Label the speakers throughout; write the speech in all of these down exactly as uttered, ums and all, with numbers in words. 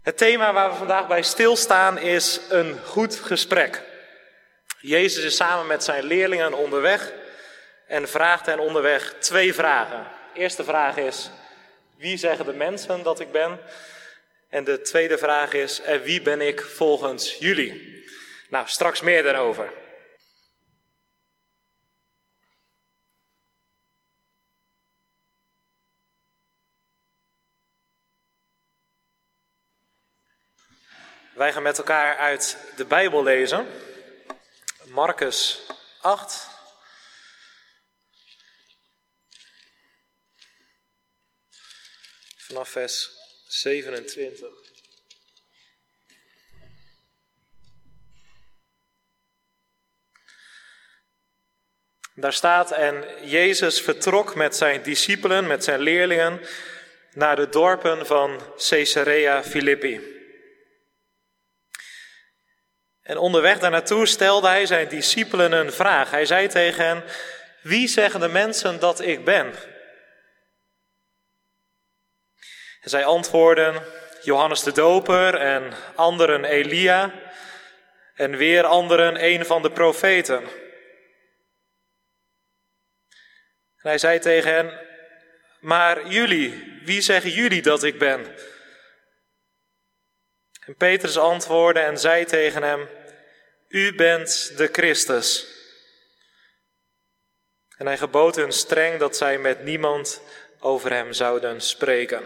Speaker 1: Het thema waar we vandaag bij stilstaan is een goed gesprek. Jezus is samen met zijn leerlingen onderweg en vraagt hen onderweg twee vragen. De eerste vraag is, wie zeggen de mensen dat ik ben? En de tweede vraag is, en wie ben ik volgens jullie? Nou, straks meer daarover. Wij gaan met elkaar uit de Bijbel lezen. Marcus acht. Vanaf vers zevenentwintig. Daar staat, en Jezus vertrok met zijn discipelen, met zijn leerlingen, naar de dorpen van Caesarea Philippi. En onderweg daar naartoe stelde hij zijn discipelen een vraag. Hij zei tegen hen, wie zeggen de mensen dat ik ben? En zij antwoordden, Johannes de Doper en anderen Elia en weer anderen een van de profeten. En hij zei tegen hen, maar jullie, wie zeggen jullie dat ik ben? En Petrus antwoordde en zei tegen hem, u bent de Christus. En hij gebood hun streng dat zij met niemand over hem zouden spreken.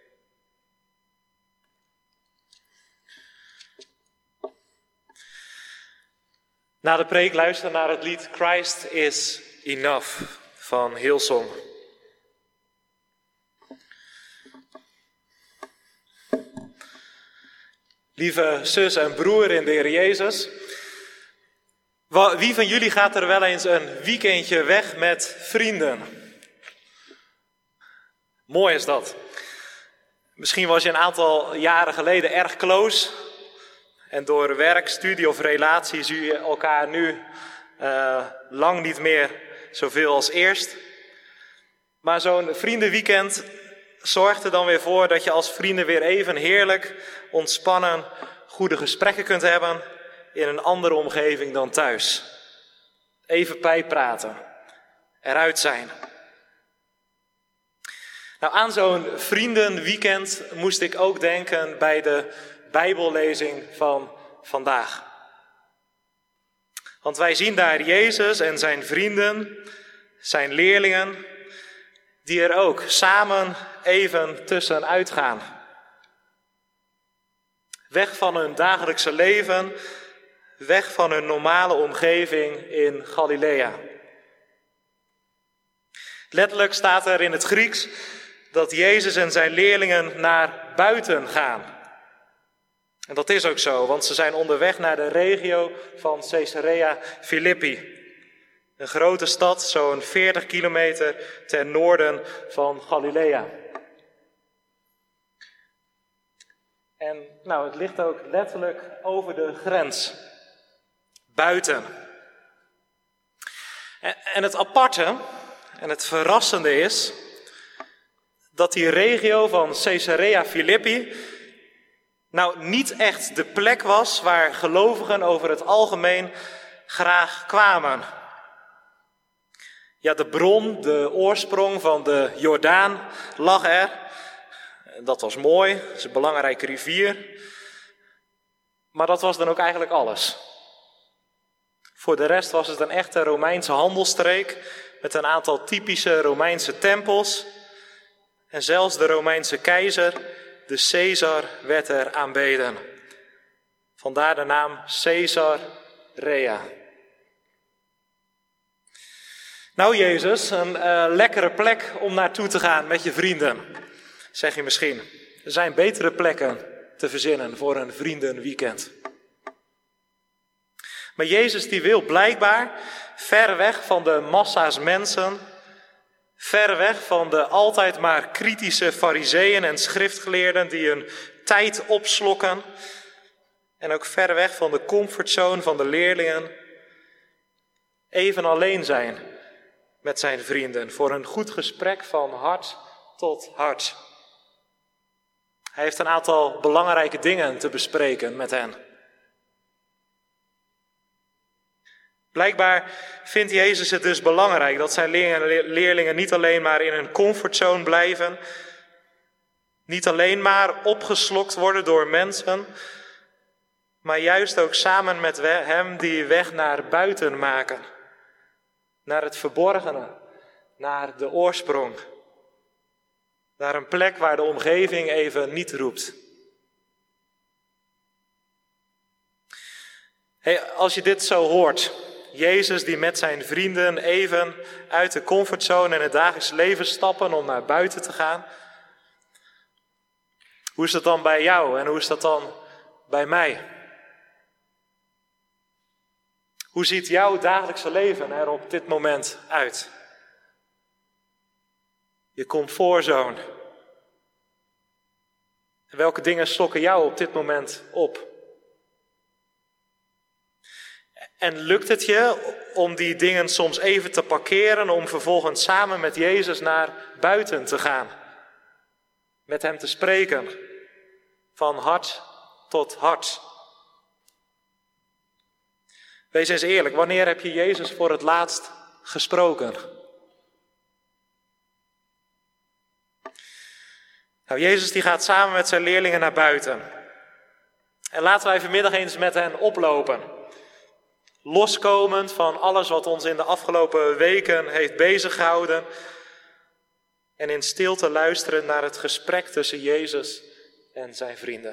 Speaker 1: Na de preek luister naar het lied Christ is Enough van Hillsong. Lieve zus en broer in de Heer Jezus, wie van jullie gaat er wel eens een weekendje weg met vrienden? Mooi is dat. Misschien was je een aantal jaren geleden erg close en door werk, studie of relatie zie je elkaar nu uh, lang niet meer zoveel als eerst. Maar zo'n vriendenweekend zorgt er dan weer voor dat je als vrienden weer even heerlijk, ontspannen, goede gesprekken kunt hebben in een andere omgeving dan thuis. Even bijpraten, eruit zijn. Nou, aan zo'n vriendenweekend moest ik ook denken bij de Bijbellezing van vandaag. Want wij zien daar Jezus en zijn vrienden, zijn leerlingen, die er ook samen even tussenuit gaan. Weg van hun dagelijkse leven, weg van hun normale omgeving in Galilea. Letterlijk staat er in het Grieks dat Jezus en zijn leerlingen naar buiten gaan. En dat is ook zo, want ze zijn onderweg naar de regio van Caesarea Philippi. Een grote stad, zo'n veertig kilometer ten noorden van Galilea. En nou, het ligt ook letterlijk over de grens. Buiten. En, en het aparte en het verrassende is dat die regio van Caesarea Philippi nou niet echt de plek was waar gelovigen over het algemeen graag kwamen. Ja, de bron, de oorsprong van de Jordaan lag er. Dat was mooi, dat is een belangrijke rivier. Maar dat was dan ook eigenlijk alles. Voor de rest was het een echte Romeinse handelsstreek met een aantal typische Romeinse tempels. En zelfs de Romeinse keizer, de Caesar, werd er aanbeden. Vandaar de naam Caesarea. Nou Jezus, een uh, lekkere plek om naartoe te gaan met je vrienden, zeg je misschien. Er zijn betere plekken te verzinnen voor een vriendenweekend. Maar Jezus die wil blijkbaar ver weg van de massa's mensen, ver weg van de altijd maar kritische farizeeën en schriftgeleerden die hun tijd opslokken, en ook ver weg van de comfortzone van de leerlingen, even alleen zijn met zijn vrienden voor een goed gesprek van hart tot hart. Hij heeft een aantal belangrijke dingen te bespreken met hen. Blijkbaar vindt Jezus het dus belangrijk dat zijn leerlingen niet alleen maar in hun comfortzone blijven, niet alleen maar opgeslokt worden door mensen, maar juist ook samen met hem die weg naar buiten maken. Naar het verborgene, naar de oorsprong. Naar een plek waar de omgeving even niet roept. Hey, als je dit zo hoort, Jezus die met zijn vrienden even uit de comfortzone en het dagelijks leven stappen om naar buiten te gaan. Hoe is dat dan bij jou en hoe is dat dan bij mij? Hoe ziet jouw dagelijkse leven er op dit moment uit? Je comfortzone. En welke dingen slokken jou op dit moment op? En lukt het je om die dingen soms even te parkeren, om vervolgens samen met Jezus naar buiten te gaan? Met hem te spreken, van hart tot hart. Wees eens eerlijk, wanneer heb je Jezus voor het laatst gesproken? Nou, Jezus die gaat samen met zijn leerlingen naar buiten. En laten wij vanmiddag eens met hen oplopen. Loskomend van alles wat ons in de afgelopen weken heeft beziggehouden. En in stilte luisteren naar het gesprek tussen Jezus en zijn vrienden.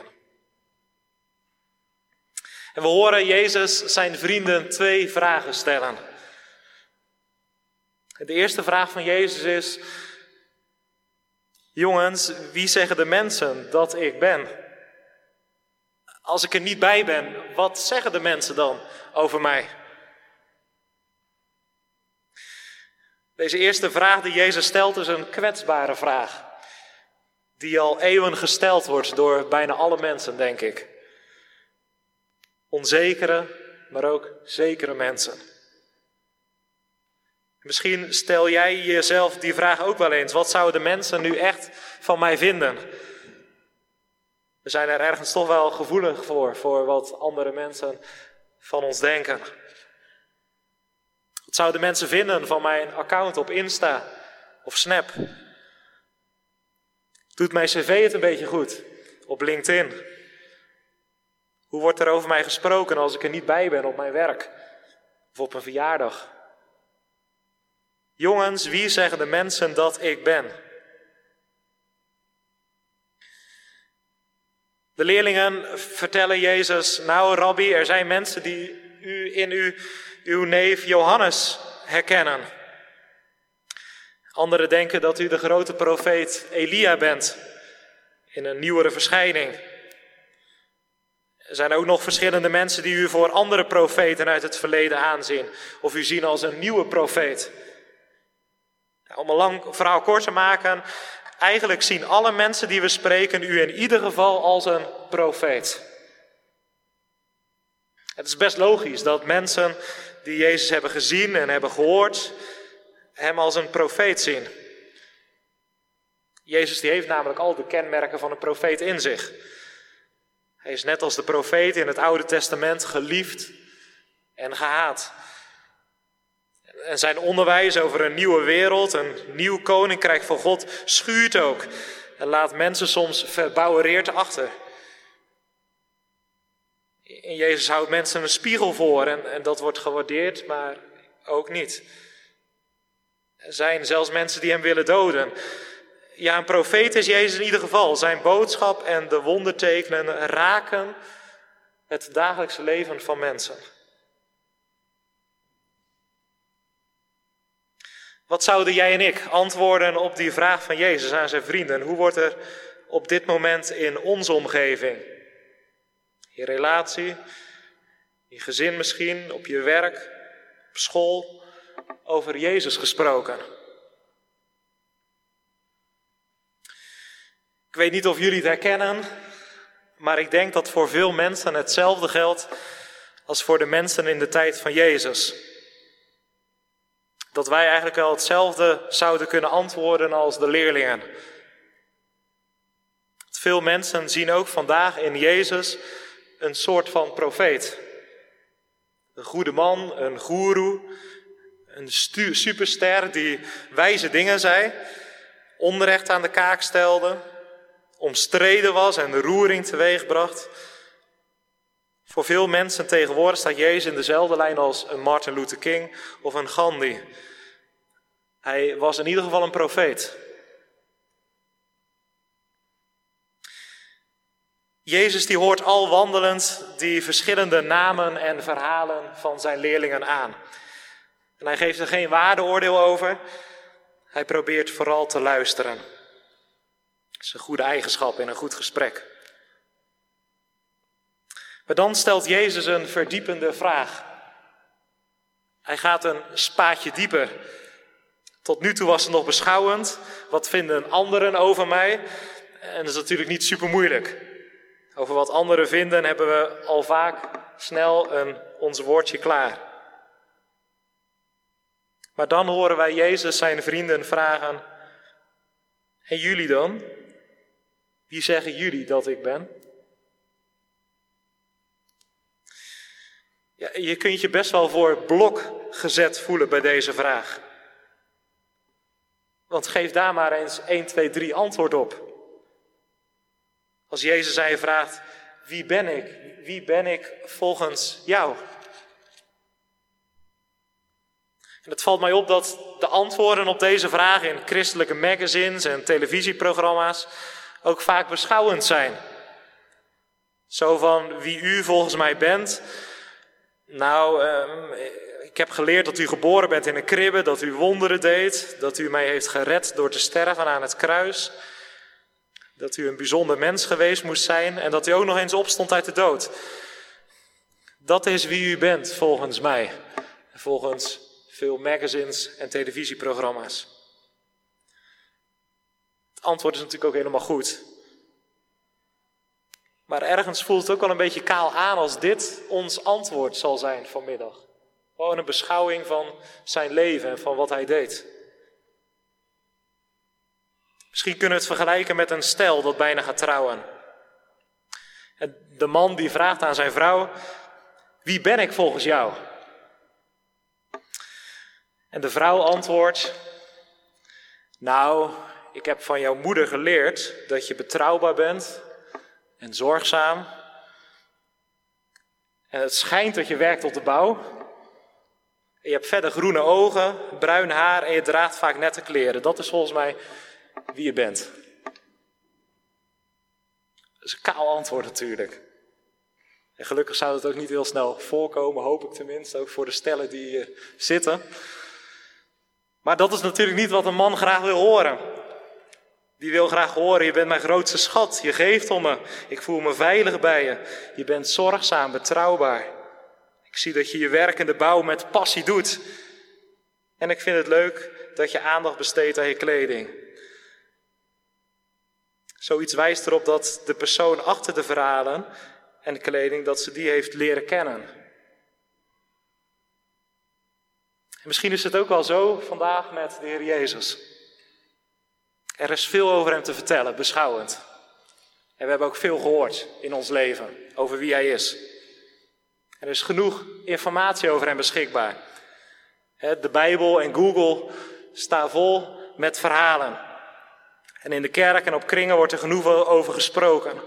Speaker 1: En we horen Jezus zijn vrienden twee vragen stellen. De eerste vraag van Jezus is: jongens, wie zeggen de mensen dat ik ben? Als ik er niet bij ben, wat zeggen de mensen dan over mij? Deze eerste vraag die Jezus stelt is een kwetsbare vraag. Die al eeuwen gesteld wordt door bijna alle mensen, denk ik. Onzekere, maar ook zekere mensen. Misschien stel jij jezelf die vraag ook wel eens. Wat zouden de mensen nu echt van mij vinden? We zijn er ergens toch wel gevoelig voor, voor wat andere mensen van ons denken. Wat zouden mensen vinden van mijn account op Insta of Snap? Doet mijn cv het een beetje goed op LinkedIn? Hoe wordt er over mij gesproken als ik er niet bij ben op mijn werk of op een verjaardag? Jongens, wie zeggen de mensen dat ik ben? De leerlingen vertellen Jezus: nou rabbi, er zijn mensen die u in u, uw neef Johannes herkennen. Anderen denken dat u de grote profeet Elia bent in een nieuwere verschijning. Er zijn ook nog verschillende mensen die u voor andere profeten uit het verleden aanzien. Of u zien als een nieuwe profeet. Om een lang verhaal kort te maken. Eigenlijk zien alle mensen die we spreken u in ieder geval als een profeet. Het is best logisch dat mensen die Jezus hebben gezien en hebben gehoord, hem als een profeet zien. Jezus die heeft namelijk al de kenmerken van een profeet in zich. Hij is net als de profeet in het Oude Testament geliefd en gehaat. En zijn onderwijs over een nieuwe wereld, een nieuw koninkrijk van God, schuurt ook. En laat mensen soms verbouwereerd achter. In Jezus houdt mensen een spiegel voor en, en dat wordt gewaardeerd, maar ook niet. Er zijn zelfs mensen die hem willen doden. Ja, een profeet is Jezus in ieder geval. Zijn boodschap en de wondertekenen raken het dagelijkse leven van mensen. Wat zouden jij en ik antwoorden op die vraag van Jezus aan zijn vrienden? Hoe wordt er op dit moment in onze omgeving, je relatie, je gezin misschien, op je werk, op school, over Jezus gesproken? Ik weet niet of jullie het herkennen, maar ik denk dat voor veel mensen hetzelfde geldt als voor de mensen in de tijd van Jezus. Dat wij eigenlijk wel hetzelfde zouden kunnen antwoorden als de leerlingen. Het Veel mensen zien ook vandaag in Jezus een soort van profeet. Een goede man, een goeroe, een stu- superster die wijze dingen zei, onrecht aan de kaak stelde, omstreden was en de roering teweegbracht. Voor veel mensen tegenwoordig staat Jezus in dezelfde lijn als een Martin Luther King of een Gandhi. Hij was in ieder geval een profeet. Jezus die hoort al wandelend die verschillende namen en verhalen van zijn leerlingen aan. En hij geeft er geen waardeoordeel over. Hij probeert vooral te luisteren. Dat is een goede eigenschap in een goed gesprek. Maar dan stelt Jezus een verdiepende vraag. Hij gaat een spaatje dieper. Tot nu toe was het nog beschouwend. Wat vinden anderen over mij? En dat is natuurlijk niet super moeilijk. Over wat anderen vinden hebben we al vaak snel een, ons woordje klaar. Maar dan horen wij Jezus zijn vrienden vragen: en jullie dan? Wie zeggen jullie dat ik ben? Ja, je kunt je best wel voor blok gezet voelen bij deze vraag. Want geef daar maar eens één, twee, drie antwoord op. Als Jezus aan je vraagt: wie ben ik? Wie ben ik volgens jou? En het valt mij op dat de antwoorden op deze vragen in christelijke magazines en televisieprogramma's ook vaak beschouwend zijn. Zo van: wie u volgens mij bent. Nou, uh, ik heb geleerd dat u geboren bent in een kribbe, dat u wonderen deed, dat u mij heeft gered door te sterven aan het kruis. Dat u een bijzonder mens geweest moest zijn en dat u ook nog eens opstond uit de dood. Dat is wie u bent volgens mij. Volgens veel magazines en televisieprogramma's. Het antwoord is natuurlijk ook helemaal goed. Maar ergens voelt het ook wel een beetje kaal aan als dit ons antwoord zal zijn vanmiddag. Gewoon een beschouwing van zijn leven en van wat hij deed. Misschien kunnen we het vergelijken met een stel dat bijna gaat trouwen. En de man die vraagt aan zijn vrouw: wie ben ik volgens jou? En de vrouw antwoordt: nou, ik heb van jouw moeder geleerd dat je betrouwbaar bent en zorgzaam. En het schijnt dat je werkt op de bouw. En je hebt verder groene ogen, bruin haar en je draagt vaak nette kleren. Dat is volgens mij wie je bent. Dat is een kaal antwoord natuurlijk. En gelukkig zou het ook niet heel snel voorkomen, hoop ik tenminste, ook voor de stellen die hier zitten. Maar dat is natuurlijk niet wat een man graag wil horen. Die wil graag horen: je bent mijn grootste schat, je geeft om me, ik voel me veilig bij je. Je bent zorgzaam, betrouwbaar. Ik zie dat je je werk in de bouw met passie doet. En ik vind het leuk dat je aandacht besteedt aan je kleding. Zoiets wijst erop dat de persoon achter de verhalen en de kleding, dat ze die heeft leren kennen. En misschien is het ook wel zo vandaag met de Heer Jezus. Er is veel over hem te vertellen, beschouwend. En we hebben ook veel gehoord in ons leven over wie hij is. Er is genoeg informatie over hem beschikbaar. De Bijbel en Google staan vol met verhalen. En in de kerk en op kringen wordt er genoeg over gesproken.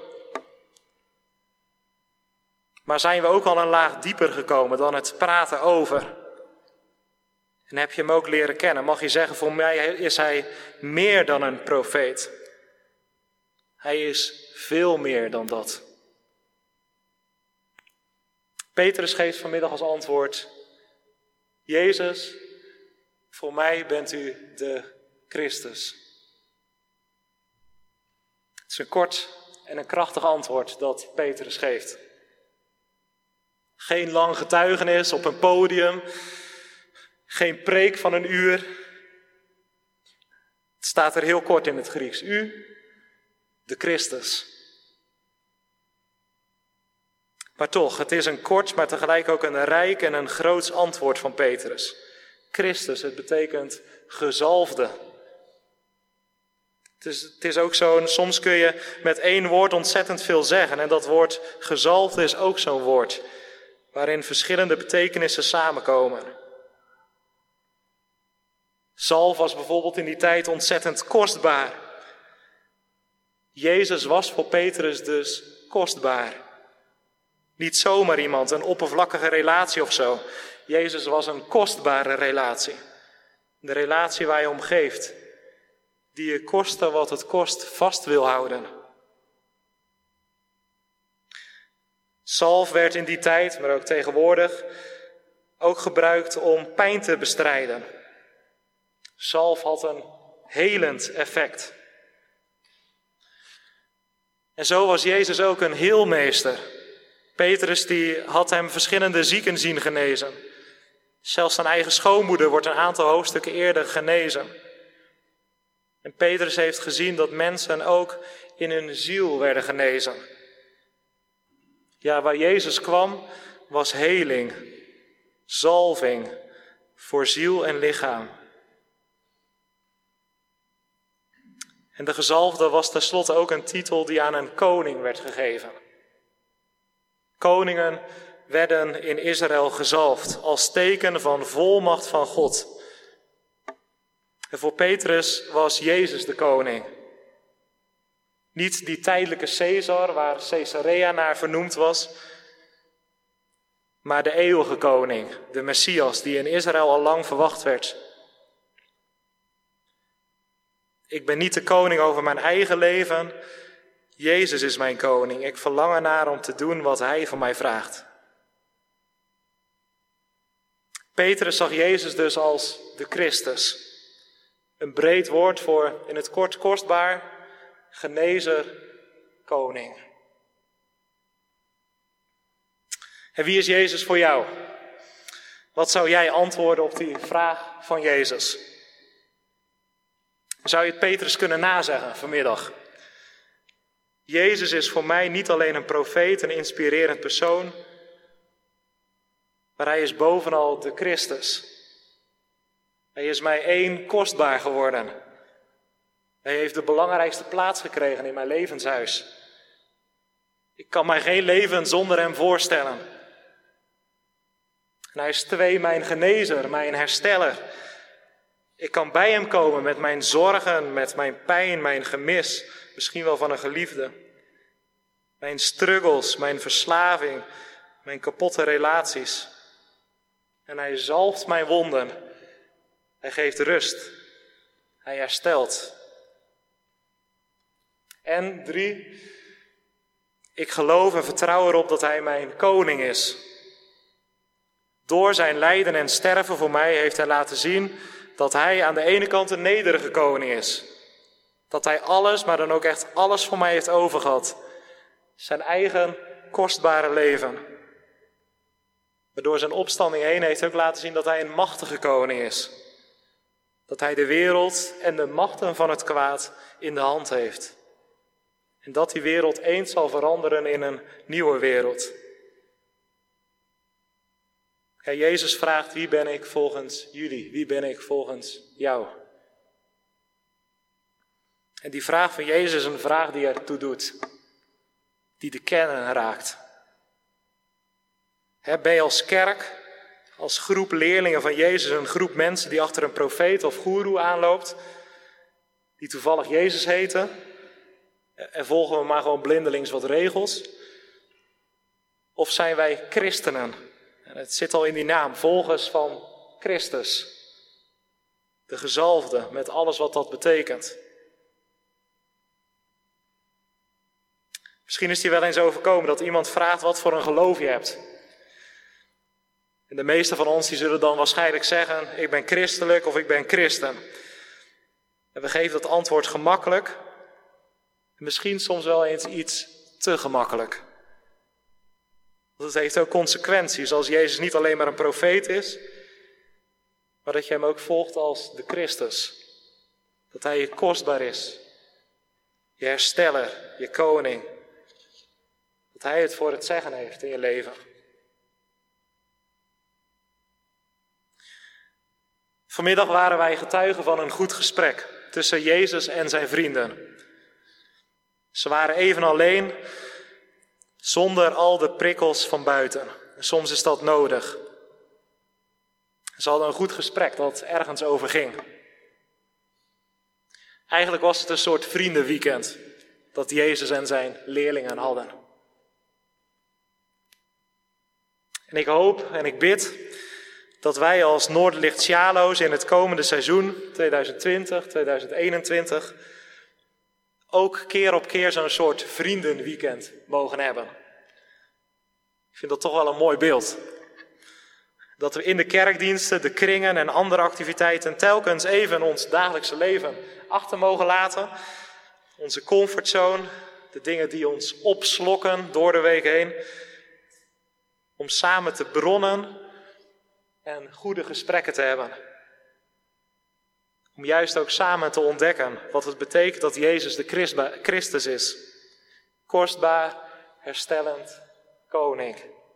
Speaker 1: Maar zijn we ook al een laag dieper gekomen dan het praten over? En heb je hem ook leren kennen? Mag je zeggen: voor mij is hij meer dan een profeet. Hij is veel meer dan dat. Petrus geeft vanmiddag als antwoord: Jezus, voor mij bent u de Christus. Het is een kort en een krachtig antwoord dat Petrus geeft. Geen lang getuigenis op een podium. Geen preek van een uur. Het staat er heel kort in het Grieks. U, de Christus. Maar toch, het is een kort, maar tegelijk ook een rijk en een groots antwoord van Petrus. Christus, het betekent gezalfde. Het is, het is ook zo, soms kun je met één woord ontzettend veel zeggen. En dat woord gezalfde is ook zo'n woord, waarin verschillende betekenissen samenkomen. Zalf was bijvoorbeeld in die tijd ontzettend kostbaar. Jezus was voor Petrus dus kostbaar. Niet zomaar iemand, een oppervlakkige relatie of zo. Jezus was een kostbare relatie. De relatie waar je om geeft. Die je koste wat het kost vast wil houden. Zalf werd in die tijd, maar ook tegenwoordig, ook gebruikt om pijn te bestrijden. Zalf had een helend effect. En zo was Jezus ook een heelmeester. Petrus die had hem verschillende zieken zien genezen. Zelfs zijn eigen schoonmoeder wordt een aantal hoofdstukken eerder genezen. En Petrus heeft gezien dat mensen ook in hun ziel werden genezen. Ja, waar Jezus kwam was heling, zalving voor ziel en lichaam. En de gezalfde was tenslotte ook een titel die aan een koning werd gegeven. Koningen werden in Israël gezalfd als teken van volmacht van God. En voor Petrus was Jezus de koning. Niet die tijdelijke Caesar waar Caesarea naar vernoemd was, maar de eeuwige koning, de Messias die in Israël al lang verwacht werd. Ik ben niet de koning over mijn eigen leven. Jezus is mijn koning. Ik verlang ernaar om te doen wat hij van mij vraagt. Petrus zag Jezus dus als de Christus. Een breed woord voor, in het kort kostbaar, genezer, koning. En wie is Jezus voor jou? Wat zou jij antwoorden op die vraag van Jezus? Zou je het Petrus kunnen nazeggen vanmiddag? Jezus is voor mij niet alleen een profeet, een inspirerend persoon, maar hij is bovenal de Christus. Hij is mij één kostbaar geworden. Hij heeft de belangrijkste plaats gekregen in mijn levenshuis. Ik kan mij geen leven zonder hem voorstellen. En hij is twee, mijn genezer, mijn hersteller. Ik kan bij hem komen met mijn zorgen, met mijn pijn, mijn gemis, misschien wel van een geliefde. Mijn struggles, mijn verslaving, mijn kapotte relaties. En hij zalft mijn wonden. Hij geeft rust. Hij herstelt. En drie, ik geloof en vertrouw erop dat hij mijn koning is. Door zijn lijden en sterven voor mij heeft hij laten zien dat hij aan de ene kant een nederige koning is. Dat hij alles, maar dan ook echt alles voor mij heeft overgehad. Zijn eigen kostbare leven. Maar door zijn opstanding heen heeft hij ook laten zien dat hij een machtige koning is. Dat hij de wereld en de machten van het kwaad in de hand heeft. En dat die wereld eens zal veranderen in een nieuwe wereld. Ja, Jezus vraagt, wie ben ik volgens jullie? Wie ben ik volgens jou? En die vraag van Jezus is een vraag die ertoe doet. Die de kern raakt. He, ben je als kerk, als groep leerlingen van Jezus, een groep mensen die achter een profeet of goeroe aanloopt, die toevallig Jezus heten, en volgen we maar gewoon blindelings wat regels? Of zijn wij christenen? En het zit al in die naam, volgers van Christus. De gezalfde, met alles wat dat betekent. Misschien is die wel eens overkomen dat iemand vraagt wat voor een geloof je hebt. En de meeste van ons die zullen dan waarschijnlijk zeggen, ik ben christelijk of ik ben christen. En we geven dat antwoord gemakkelijk. Misschien soms wel eens iets te gemakkelijk. Want het heeft ook consequenties als Jezus niet alleen maar een profeet is, maar dat je hem ook volgt als de Christus. Dat hij je kostbaar is. Je hersteller, je koning. Dat hij het voor het zeggen heeft in je leven. Vanmiddag waren wij getuigen van een goed gesprek. tussen Jezus en zijn vrienden. Ze waren even alleen, zonder al de prikkels van buiten. En soms is dat nodig. Ze hadden een goed gesprek dat ergens over ging. Eigenlijk was het een soort vriendenweekend dat Jezus en zijn leerlingen hadden. En ik hoop en ik bid dat wij als Noorderlicht Sjalo's in het komende seizoen tweeduizend twintig, tweeduizend eenentwintig ook keer op keer zo'n soort vriendenweekend mogen hebben. Ik vind dat toch wel een mooi beeld. Dat we in de kerkdiensten, de kringen en andere activiteiten telkens even ons dagelijkse leven achter mogen laten. Onze comfortzone, de dingen die ons opslokken door de week heen. Om samen te bronnen en goede gesprekken te hebben. Om juist ook samen te ontdekken wat het betekent dat Jezus de Christus is. Kostbaar, herstellend, koning.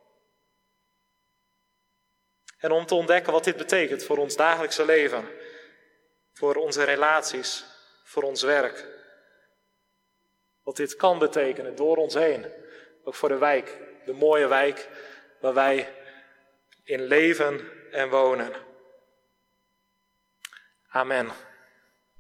Speaker 1: En om te ontdekken wat dit betekent voor ons dagelijkse leven. Voor onze relaties, voor ons werk. Wat dit kan betekenen door ons heen. Ook voor de wijk, de mooie wijk waar wij in leven en wonen. Amen.